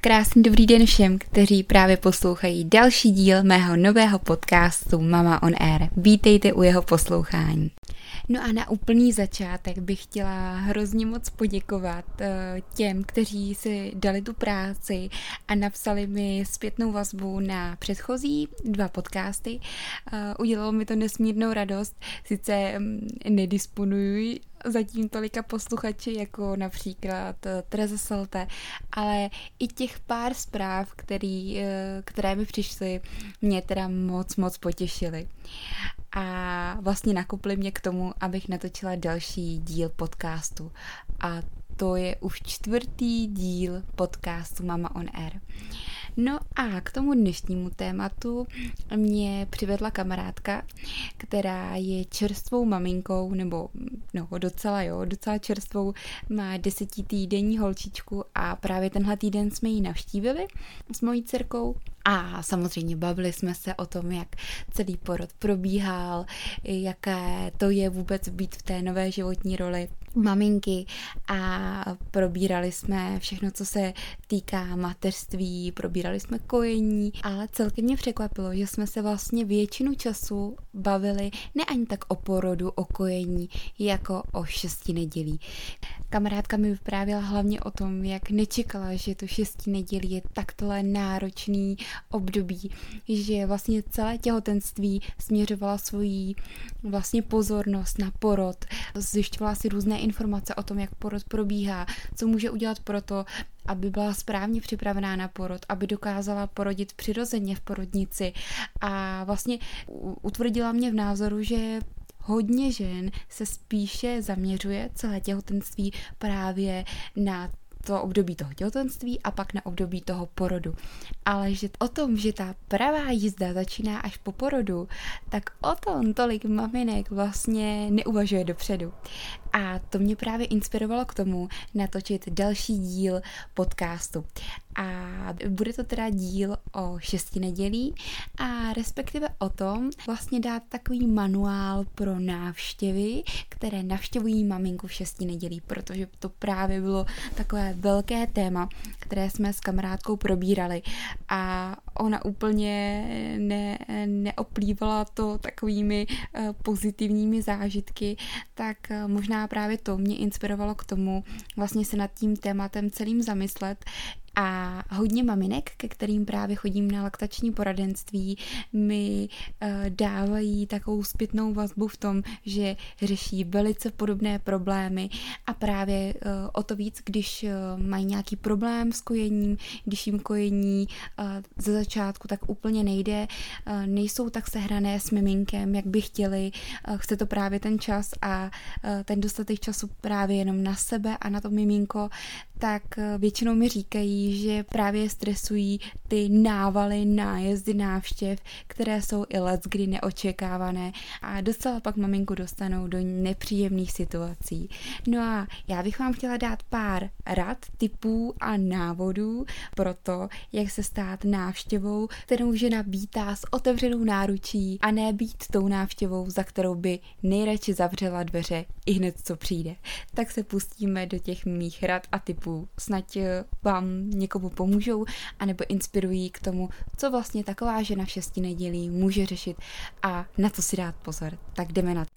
Krásný dobrý den všem, kteří právě poslouchají další díl mého nového podcastu Mama on Air. Vítejte u jeho poslouchání. No a na úplný začátek bych chtěla hrozně moc poděkovat těm, kteří si dali tu práci a napsali mi zpětnou vazbu na předchozí 2 podcasty. Udělalo mi to nesmírnou radost, sice nedisponuji zatím tolika posluchači jako například Tereza Salte, ale i těch pár zpráv, které mi přišly, mě teda moc potěšily. A vlastně nakoply mě k tomu, abych natočila další díl podcastu. A to je už 4. díl podcastu Mama on Air. No a k tomu dnešnímu tématu mě přivedla kamarádka, která je čerstvou maminkou, nebo docela čerstvou, má 10týdenní holčičku a právě tenhle týden jsme ji navštívili s mojí dcerkou. A samozřejmě bavili jsme se o tom, jak celý porod probíhal, jaké to je vůbec být v té nové životní roli maminky a probírali jsme všechno, co se týká mateřství, probírali jsme kojení, ale celkem mě překvapilo, že jsme se vlastně většinu času bavili ne ani tak o porodu, o kojení, jako o 6 nedělí. Kamarádka mi vyprávěla hlavně o tom, jak nečekala, že to 6 nedělí je takhle náročný období, že vlastně celé těhotenství směřovala svoji vlastně pozornost na porod, zjišťovala si různé informace o tom, jak porod probíhá, co může udělat pro to, aby byla správně připravená na porod, aby dokázala porodit přirozeně v porodnici a vlastně utvrdila mě v názoru, že hodně žen se spíše zaměřuje celé těhotenství právě na to období toho těhotenství a pak na období toho porodu. Ale že o tom, že ta pravá jízda začíná až po porodu, tak o tom tolik maminek vlastně neuvažuje dopředu. A to mě právě inspirovalo k tomu natočit další díl podcastu. A bude to teda díl o 6 nedělí a respektive o tom vlastně dát takový manuál pro návštěvy, které navštěvují maminku v 6 nedělí, protože to právě bylo takové velké téma, které jsme s kamarádkou probírali a ona úplně neoplývala to takovými pozitivními zážitky, tak možná právě to mě inspirovalo k tomu vlastně se nad tím tématem celým zamyslet. A hodně maminek, ke kterým právě chodím na laktační poradenství, mi dávají takovou zpětnou vazbu v tom, že řeší velice podobné problémy a právě o to víc, když mají nějaký problém s kojením, když jim kojení ze začátku tak úplně nejde, nejsou tak sehrané s miminkem, jak by chtěli, chce to právě ten čas a ten dostatek času právě jenom na sebe a na to miminko, tak většinou mi říkají, že právě stresují ty návaly, nájezdy návštěv, které jsou i leckdy neočekávané a docela pak maminku dostanou do nepříjemných situací. No a já bych vám chtěla dát pár rad, tipů a návodů pro to, jak se stát návštěvou, kterou žena vítá s otevřenou náručí a ne být tou návštěvou, za kterou by nejradši zavřela dveře i hned, co přijde. Tak se pustíme do těch mých rad a tipů. Snad vám někomu pomůžou anebo inspirují k tomu, co vlastně taková žena v 6 nedělí může řešit a na co si dát pozor. Tak jdeme na to.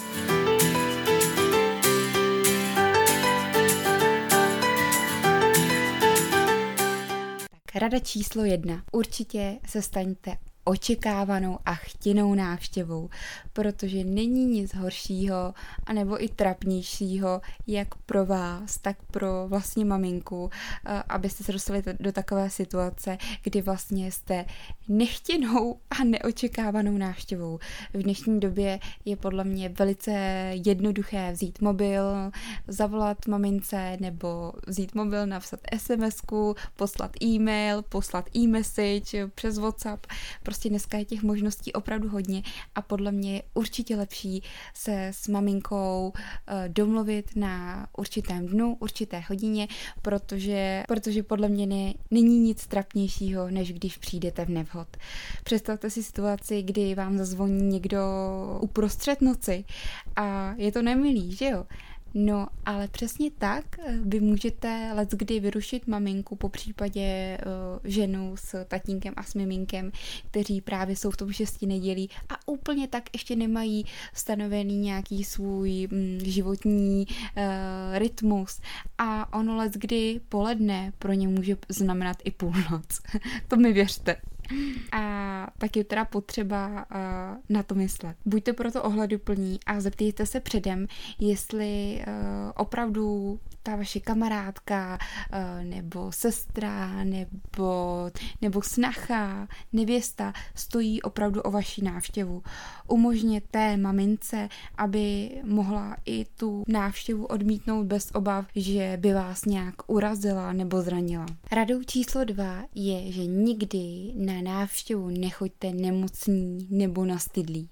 Tak rada číslo 1. Určitě se staňte očekávanou a chtěnou návštěvou, protože není nic horšího anebo i trapnějšího, jak pro vás, tak pro vlastně maminku, abyste se dostali do takové situace, kdy vlastně jste nechtěnou a neočekávanou návštěvou. V dnešní době je podle mě velice jednoduché vzít mobil, zavolat mamince nebo vzít mobil, napsat SMS-ku, poslat e-mail, poslat e-message přes WhatsApp. Prostě dneska je těch možností opravdu hodně a podle mě je určitě lepší se s maminkou domluvit na určitém dnu, určité hodině, protože podle mě není nic trapnějšího, než když přijdete v nevhod. Představte si situaci, kdy vám zazvoní někdo uprostřed noci a je to nemilý, že jo? No, ale přesně tak vy můžete leckdy vyrušit maminku, popřípadě ženu s tatínkem a s miminkem, kteří právě jsou v tom 6 nedělí a úplně tak ještě nemají stanovený nějaký svůj životní rytmus a ono leckdy poledne pro ně může znamenat i půlnoc. To mi věřte. A tak je teda potřeba na to myslet. Buďte proto ohleduplní a zeptejte se předem, jestli opravdu ta vaše kamarádka nebo sestra nebo snacha, nevěsta stojí opravdu o vaši návštěvu. Umožněte mamince, aby mohla i tu návštěvu odmítnout bez obav, že by vás nějak urazila nebo zranila. Radou číslo 2 je, že nikdy na návštěvu nechoďte nemocní nebo nastydlí.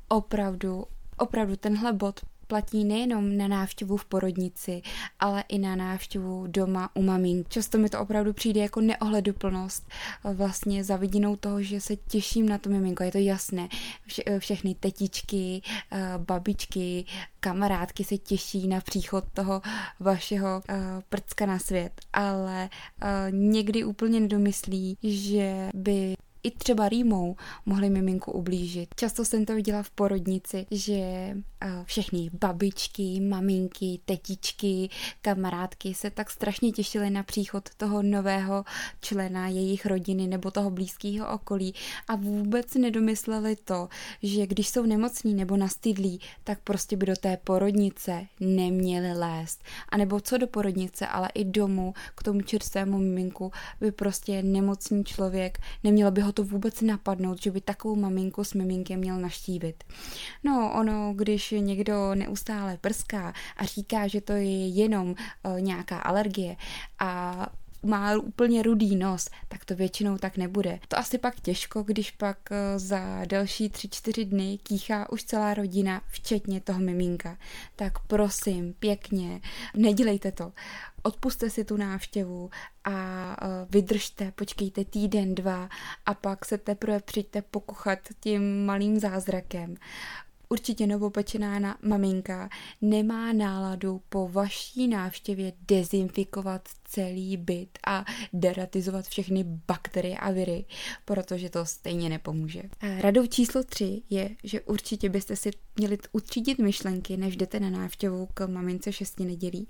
Opravdu tenhle bod platí nejenom na návštěvu v porodnici, ale i na návštěvu doma u mamink. Často mi to opravdu přijde jako neohleduplnost, vlastně za vidinou toho, že se těším na to miminko. Je to jasné, všechny tetičky, babičky, kamarádky se těší na příchod toho vašeho prcka na svět, ale někdy úplně nedomyslí, že by i třeba rýmou mohli miminku ublížit. Často jsem to viděla v porodnici, že všechny babičky, maminky, tetičky, kamarádky se tak strašně těšily na příchod toho nového člena jejich rodiny nebo toho blízkého okolí a vůbec nedomysleli to, že když jsou nemocní nebo nastydlí, tak prostě by do té porodnice neměli lézt. A nebo co do porodnice, ale i domů k tomu čerstvému miminku by prostě nemocný člověk, nemělo by ho to vůbec napadnout, že by takovou maminku s miminkem měl navštívit. No, ono, když někdo neustále prská a říká, že to je jenom nějaká alergie a má úplně rudý nos, tak to většinou tak nebude. To asi pak těžko, když pak za další 3-4 dny kýchá už celá rodina, včetně toho miminka. Tak prosím, pěkně, nedělejte to. Odpusťte si tu návštěvu a vydržte, počkejte týden, 2 a pak se teprve přijďte pokuchat tím malým zázrakem. Určitě novopečená maminka nemá náladu po vaší návštěvě dezinfikovat celý byt a deratizovat všechny bakterie a viry, protože to stejně nepomůže. Radou číslo 3 je, že určitě byste si měli utřídit myšlenky, než jdete na návštěvu k mamince 6 nedělí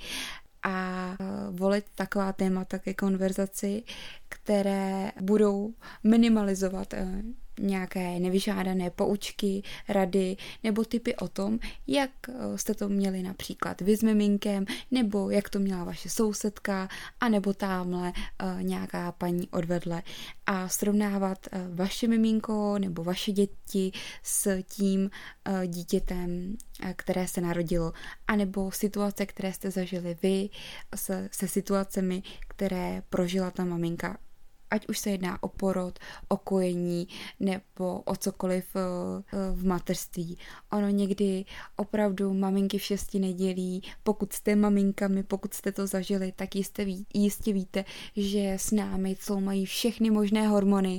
a volit taková témata ke konverzaci, které budou minimalizovat nějaké nevyžádané poučky, rady nebo tipy o tom, jak jste to měli například vy s miminkem, nebo jak to měla vaše sousedka, anebo támhle nějaká paní odvedle a srovnávat vaše miminko nebo vaše děti s tím dítětem, které se narodilo, anebo situace, které jste zažili vy se situacemi, které prožila ta maminka. Ať už se jedná o porod, o kojení nebo o cokoliv v mateřství. Ono někdy opravdu maminky v 6 nedělí, pokud jste maminkami, pokud jste to zažili, tak jistě víte, že s námi mají všechny možné hormony.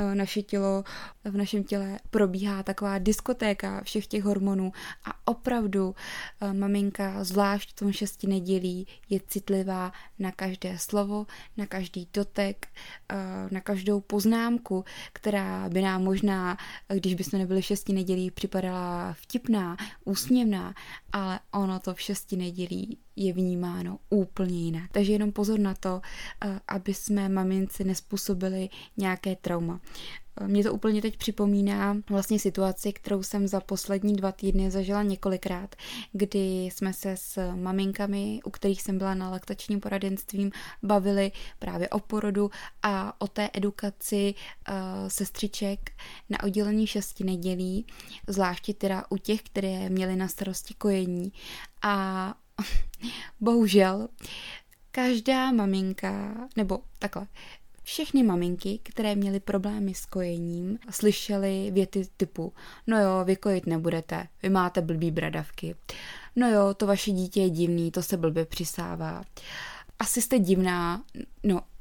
V našem těle probíhá taková diskotéka všech těch hormonů a opravdu maminka, zvlášť v tom 6 nedělí, je citlivá na každé slovo, na každý dotek, na každou poznámku, která by nám možná, když bychom nebyli v 6 nedělí, připadala vtipná, úsměvná, ale ono to v 6 nedělí je vnímáno úplně jinak. Takže jenom pozor na to, aby jsme maminci nespůsobili nějaké trauma. Mě to úplně teď připomíná vlastně situaci, kterou jsem za poslední 2 týdny zažila několikrát, kdy jsme se s maminkami, u kterých jsem byla na laktačním poradenstvím, bavili právě o porodu a o té edukaci sestřiček na oddělení 6 nedělí, zvláště teda u těch, které měly na starosti kojení. A bohužel každá maminka, nebo takhle, všechny maminky, které měly problémy s kojením, slyšely věty typu: no jo, vy kojit nebudete, vy máte blbý bradavky. No jo, to vaše dítě je divný, to se blbě přisává. Asi jste divná, no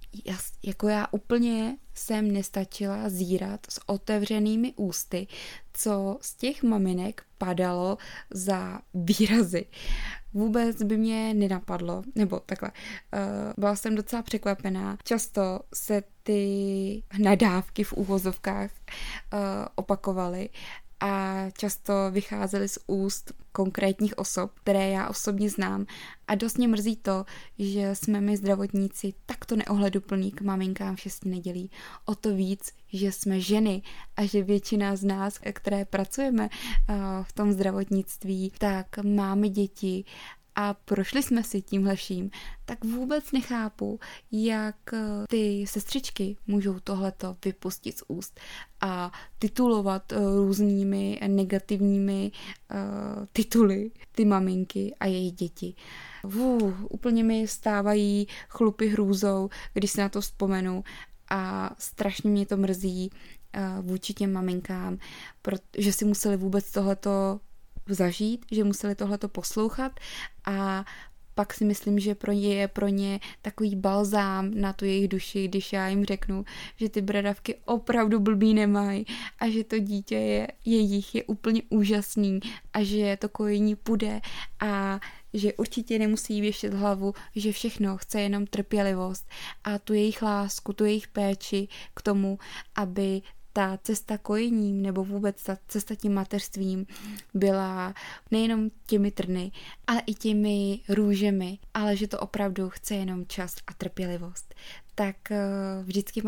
já úplně jsem nestačila zírat s otevřenými ústy, co z těch maminek padalo za výrazy. Vůbec by mě nenapadlo, nebo takhle, byla jsem docela překvapená. Často se ty nadávky v úvozovkách opakovaly a často vycházely z úst konkrétních osob, které já osobně znám, a dost mě mrzí to, že jsme my zdravotníci takto neohleduplní k maminkám v 6 nedělí. O to víc, že jsme ženy a že většina z nás, které pracujeme v tom zdravotnictví, tak máme děti a prošli jsme si tímhle vším, tak vůbec nechápu, jak ty sestřičky můžou tohleto vypustit z úst a titulovat různými negativními tituly ty maminky a jejich děti. Úplně mi stávají chlupy hrůzou, když si na to vzpomenu, a strašně mě to mrzí vůči těm maminkám, protože si museli vůbec tohleto zažít, že museli tohleto poslouchat, a pak si myslím, že je pro ně takový balzám na tu jejich duši, když já jim řeknu, že ty bradavky opravdu blbý nemají a že to dítě jejich je úplně úžasný a že to kojení půjde a že určitě nemusí věšet hlavu, že všechno chce jenom trpělivost a tu jejich lásku, tu jejich péči k tomu, aby ta cesta kojením nebo vůbec ta cesta tím mateřstvím byla nejenom těmi trny, ale i těmi růžemi, ale že to opravdu chce jenom čas a trpělivost. Tak vždycky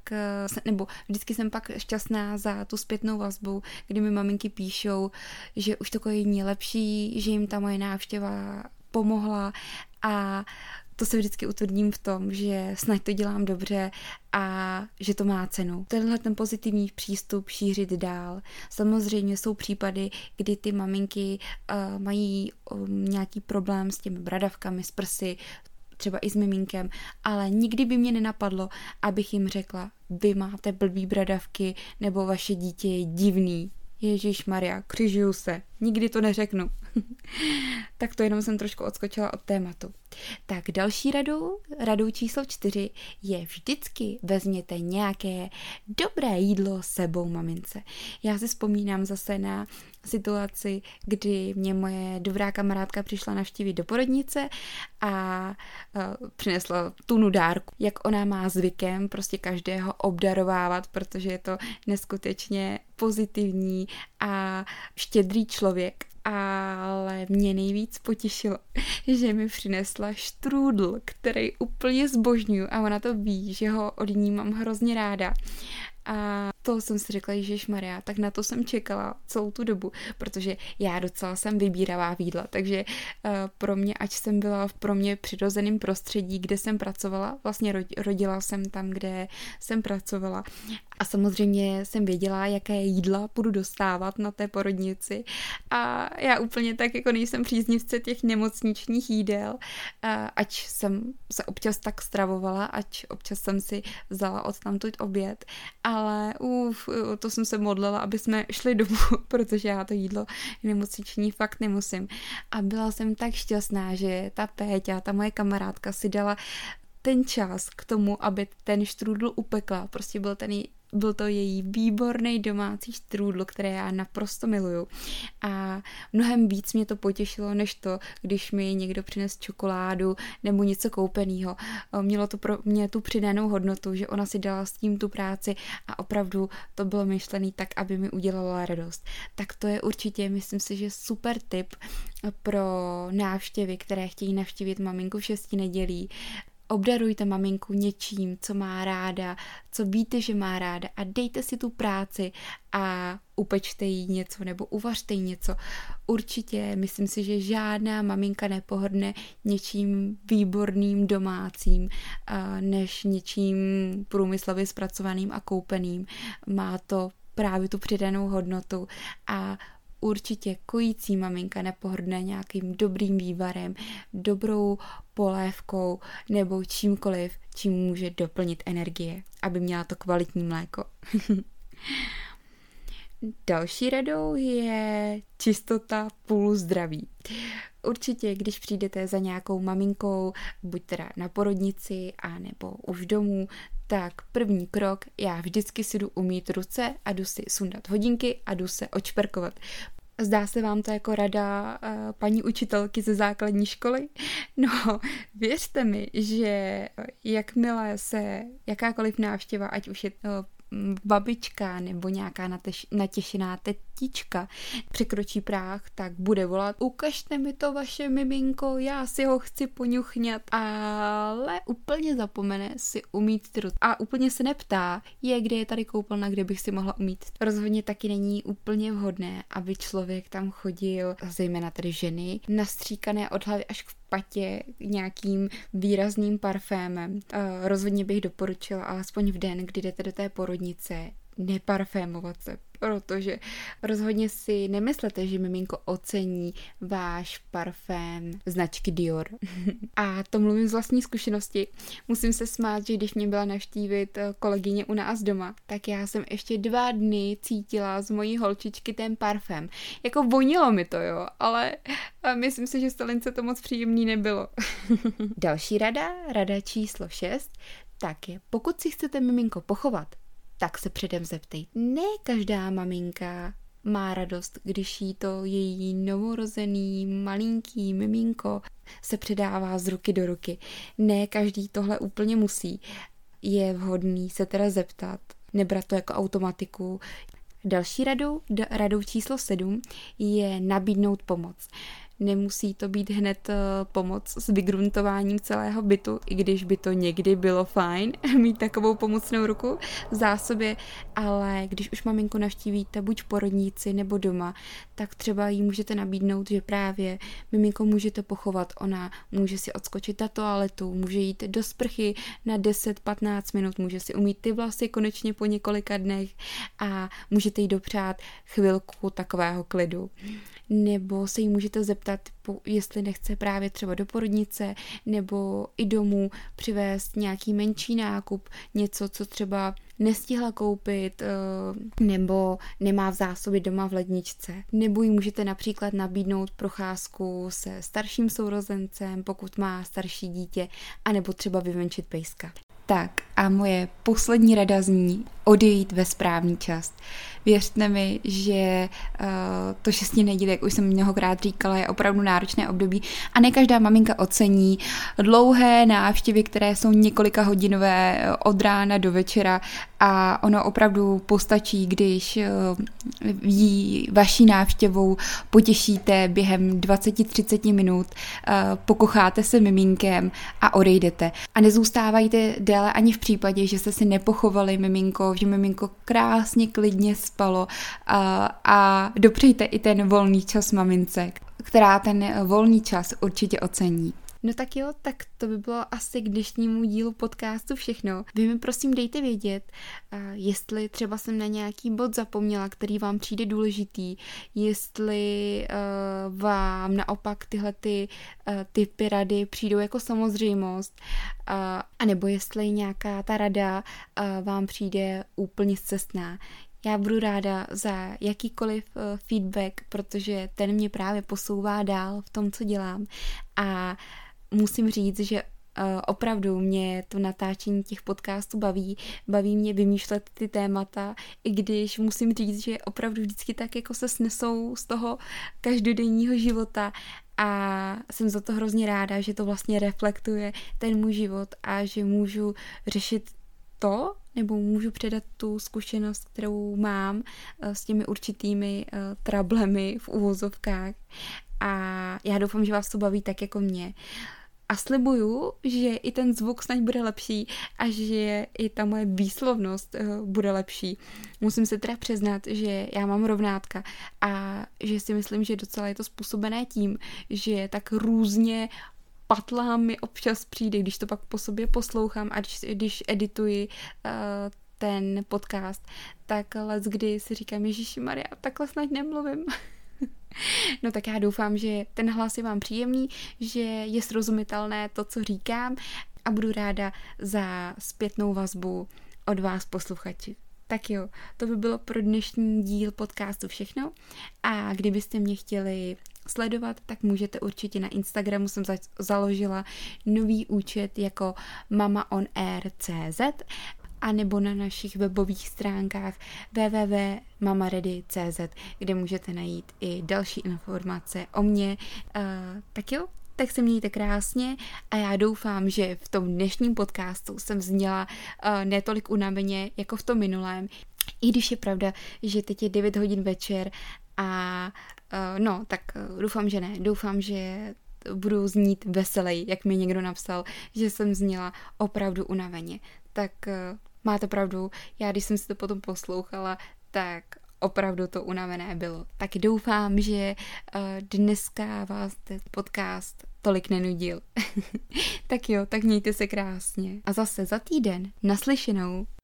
jsem pak šťastná za tu zpětnou vazbu, kdy mi maminky píšou, že už to kojení je lepší, že jim ta moje návštěva pomohla, a to se vždycky utvrdím v tom, že snad to dělám dobře a že to má cenu. Ten pozitivní přístup šířit dál. Samozřejmě jsou případy, kdy ty maminky mají nějaký problém s těmi bradavkami, s prsy, třeba i s miminkem, ale nikdy by mě nenapadlo, abych jim řekla, vy máte blbý bradavky nebo vaše dítě je divný. Ježišmarja, křižuju se. Nikdy to neřeknu. Tak to jenom jsem trošku odskočila od tématu. Tak další radou číslo 4 je vždycky vezměte nějaké dobré jídlo s sebou mamince. Já si vzpomínám zase na situaci, kdy mě moje dobrá kamarádka přišla navštívit do porodnice a přinesla tunu dárku. Jak ona má zvykem prostě každého obdarovávat, protože je to neskutečně pozitivní a štědrý člověk. Ale mě nejvíc potěšilo, že mi přinesla štrůdl, který úplně zbožňuju, a ona to ví, že ho od ní mám hrozně ráda. A to jsem si řekla, ježišmarja, tak na to jsem čekala celou tu dobu, protože já docela jsem vybíravá v jídle, takže pro mě, ať jsem byla v pro mě přirozeném prostředí, kde jsem pracovala, vlastně rodila jsem tam, kde jsem pracovala, a samozřejmě jsem věděla, jaké jídla budu dostávat na té porodnici, a já úplně tak jako nejsem příznivce těch nemocničních jídel, ať jsem se občas tak stravovala, ať občas jsem si vzala odtamtud oběd, ale to jsem se modlila, aby jsme šli domů, protože já to jídlo nemocniční fakt nemusím. A byla jsem tak šťastná, že ta Péťa, ta moje kamarádka, si dala ten čas k tomu, aby ten štrůdl upekla. Prostě byl to její výborný domácí štrůdl, které já naprosto miluju. A mnohem víc mě to potěšilo, než to, když mi někdo přines čokoládu nebo něco koupeného. Mělo to pro mě tu přidanou hodnotu, že ona si dala s tím tu práci a opravdu to bylo myšlené tak, aby mi udělala radost. Tak to je určitě, myslím si, že super tip pro návštěvy, které chtějí navštívit maminku v 6 nedělí. Obdarujte maminku něčím, co má ráda, co víte, že má ráda, a dejte si tu práci a upečte jí něco nebo uvařte jí něco. Určitě myslím si, že žádná maminka nepohodne něčím výborným domácím, než něčím průmyslově zpracovaným a koupeným. Má to právě tu přidanou hodnotu a určitě kojící maminka nepohrdne nějakým dobrým vývarem, dobrou polévkou nebo čímkoliv, čím může doplnit energie, aby měla to kvalitní mléko. Další radou je čistota plus zdraví. Určitě, když přijdete za nějakou maminkou, buď teda na porodnici, anebo už domů, tak první krok, já vždycky si jdu umýt ruce a jdu si sundat hodinky a jdu se odšperkovat. Zdá se vám to jako rada paní učitelky ze základní školy? No, věřte mi, že jakmile se jakákoliv návštěva, ať už je to babička nebo nějaká natěšená tetička překročí práh, tak bude volat: ukažte mi to vaše miminko, já si ho chci poňuchňat, ale úplně zapomene si umýt ty ruce. A úplně se neptá, kde je tady koupelna, kde bych si mohla umýt. Rozhodně taky není úplně vhodné, aby člověk tam chodil, zejména tedy ženy, nastříkané od hlavy až k patě nějakým výrazným parfémem. Rozhodně bych doporučila alespoň v den, kdy jdete do té porodnice, neparfémovat se, protože rozhodně si nemyslete, že miminko ocení váš parfém značky Dior. A to mluvím z vlastní zkušenosti. Musím se smát, že když mě byla navštívit kolegyně u nás doma, tak já jsem ještě 2 dny cítila z mojí holčičky ten parfém. Jako vonilo mi to, jo, ale myslím si, že Stelince to moc příjemný nebylo. Další rada číslo 6, tak je, pokud si chcete miminko pochovat, tak se předem zeptejte. Ne každá maminka má radost, když jí to její novorozený malinký miminko se předává z ruky do ruky. Ne každý tohle úplně musí. Je vhodný se teda zeptat, nebrat to jako automatiku. Další radou číslo 7 je nabídnout pomoc. Nemusí to být hned pomoc s vygruntováním celého bytu, i když by to někdy bylo fajn mít takovou pomocnou ruku v zásobě, ale když už maminku navštívíte buď v porodnici nebo doma, tak třeba jí můžete nabídnout, že právě miminko můžete pochovat, ona může si odskočit na toaletu, může jít do sprchy na 10-15 minut, může si umýt ty vlasy konečně po několika dnech a můžete jí dopřát chvilku takového klidu. Nebo se jí můžete zeptat, jestli nechce právě třeba do porodnice nebo i domů přivést nějaký menší nákup, něco, co třeba nestihla koupit nebo nemá v zásobě doma v ledničce. Nebo jí můžete například nabídnout procházku se starším sourozencem, pokud má starší dítě, anebo třeba vyvenčit pejska. Tak a moje poslední rada zní odejít ve správný čas. Věřte mi, že to 6 nedělí, jak už jsem mnohokrát říkala, je opravdu náročné období a ne každá maminka ocení dlouhé návštěvy, které jsou několika hodinové od rána do večera a ono opravdu postačí, když jí vaší návštěvou potěšíte během 20-30 minut, pokocháte se miminkem a odejdete. A nezůstávajte déle ani v případě, že jste si nepochovali miminko, že miminko krásně klidně spalo a dopřejte i ten volný čas mamince, která ten volný čas určitě ocení. No tak jo, tak to by bylo asi k dnešnímu dílu podcastu všechno. Vy mi prosím dejte vědět, jestli třeba jsem na nějaký bod zapomněla, který vám přijde důležitý, jestli vám naopak tyhle typy rady přijdou jako samozřejmost, anebo jestli nějaká ta rada vám přijde úplně scestná. Já budu ráda za jakýkoliv feedback, protože ten mě právě posouvá dál v tom, co dělám. A musím říct, že opravdu mě to natáčení těch podcastů baví mě vymýšlet ty témata, i když musím říct, že opravdu vždycky tak jako se snesou z toho každodenního života a jsem za to hrozně ráda, že to vlastně reflektuje ten můj život a že můžu řešit to, nebo můžu předat tu zkušenost, kterou mám s těmi určitými trablemi v uvozovkách. A já doufám, že vás to baví tak jako mě. A slibuju, že i ten zvuk snad bude lepší a že i ta moje výslovnost bude lepší. Musím se teda přiznat, že já mám rovnátka a že si myslím, že docela je to způsobené tím, že tak různě patlám mi občas přijde, když to pak po sobě poslouchám a když edituji ten podcast, tak leckdy si říkám, Ježišimarja, takhle snad nemluvím. No tak já doufám, že ten hlas je vám příjemný, že je srozumitelné to, co říkám a budu ráda za zpětnou vazbu od vás posluchači. Tak jo, to by bylo pro dnešní díl podcastu všechno a kdybyste mě chtěli sledovat, tak můžete určitě na Instagramu, jsem založila nový účet jako mamaonair.cz a nebo na našich webových stránkách www.mamaready.cz, kde můžete najít i další informace o mně. Tak jo, tak se mějte krásně a já doufám, že v tom dnešním podcastu jsem zněla netolik unaveně jako v tom minulém, i když je pravda, že teď je 9 hodin večer a tak doufám, že ne. Doufám, že budu znít veselej, jak mi někdo napsal, že jsem zněla opravdu unaveně. Tak máte pravdu, já když jsem si to potom poslouchala, tak opravdu to unavené bylo. Tak doufám, že dneska vás ten podcast tolik nenudil. Tak jo, tak mějte se krásně. A zase za týden naslyšenou.